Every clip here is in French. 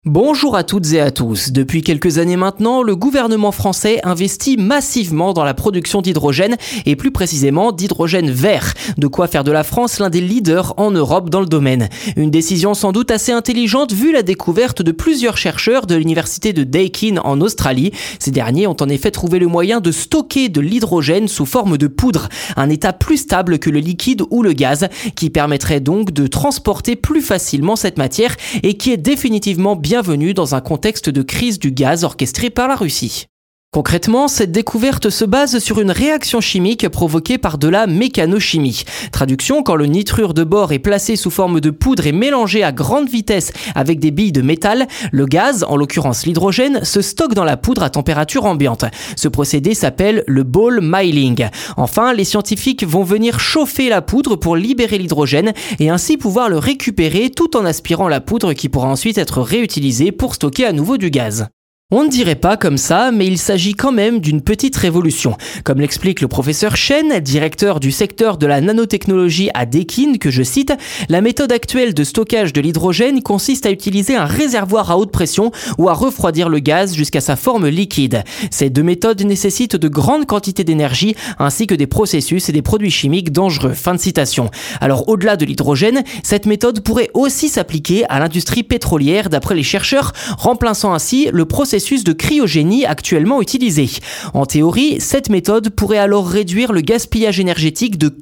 Bonjour à toutes et à tous. Depuis quelques années maintenant, le gouvernement français investit massivement dans la production d'hydrogène et plus précisément d'hydrogène vert. De quoi faire de la France l'un des leaders en Europe dans le domaine. Une décision sans doute assez intelligente vu la découverte de plusieurs chercheurs de l'université de Deakin en Australie. Ces derniers ont en effet trouvé le moyen de stocker de l'hydrogène sous forme de poudre, un état plus stable que le liquide ou le gaz, qui permettrait donc de transporter plus facilement cette matière et qui est définitivement bienvenue dans un contexte de crise du gaz orchestré par la Russie. Concrètement, cette découverte se base sur une réaction chimique provoquée par de la mécanochimie. Traduction, quand le nitrure de bore est placé sous forme de poudre et mélangé à grande vitesse avec des billes de métal, le gaz, en l'occurrence l'hydrogène, se stocke dans la poudre à température ambiante. Ce procédé s'appelle le ball milling. Enfin, les scientifiques vont venir chauffer la poudre pour libérer l'hydrogène et ainsi pouvoir le récupérer tout en aspirant la poudre qui pourra ensuite être réutilisée pour stocker à nouveau du gaz. On ne dirait pas comme ça, mais il s'agit quand même d'une petite révolution. Comme l'explique le professeur Chen, directeur du secteur de la nanotechnologie à Deakin, que je cite, la méthode actuelle de stockage de l'hydrogène consiste à utiliser un réservoir à haute pression ou à refroidir le gaz jusqu'à sa forme liquide. Ces deux méthodes nécessitent de grandes quantités d'énergie ainsi que des processus et des produits chimiques dangereux. Fin de citation. Alors au-delà de l'hydrogène, cette méthode pourrait aussi s'appliquer à l'industrie pétrolière d'après les chercheurs, remplaçant ainsi le processus de cryogénie actuellement utilisé. En théorie, cette méthode pourrait alors réduire le gaspillage énergétique de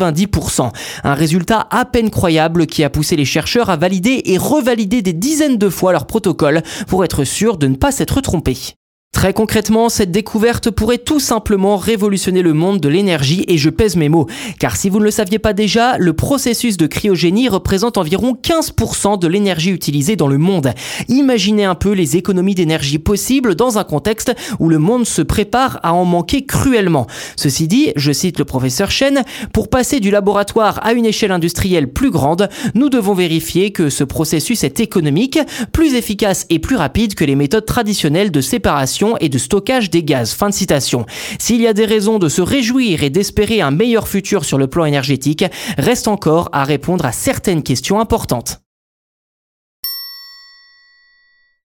90%. Un résultat à peine croyable qui a poussé les chercheurs à valider et revalider des dizaines de fois leur protocole pour être sûr de ne pas s'être trompés. Très concrètement, cette découverte pourrait tout simplement révolutionner le monde de l'énergie et je pèse mes mots. Car si vous ne le saviez pas déjà, le processus de cryogénie représente environ 15% de l'énergie utilisée dans le monde. Imaginez un peu les économies d'énergie possibles dans un contexte où le monde se prépare à en manquer cruellement. Ceci dit, je cite le professeur Chen, pour passer du laboratoire à une échelle industrielle plus grande, nous devons vérifier que ce processus est économique, plus efficace et plus rapide que les méthodes traditionnelles de séparation et de stockage des gaz. Fin de citation. S'il y a des raisons de se réjouir et d'espérer un meilleur futur sur le plan énergétique, reste encore à répondre à certaines questions importantes.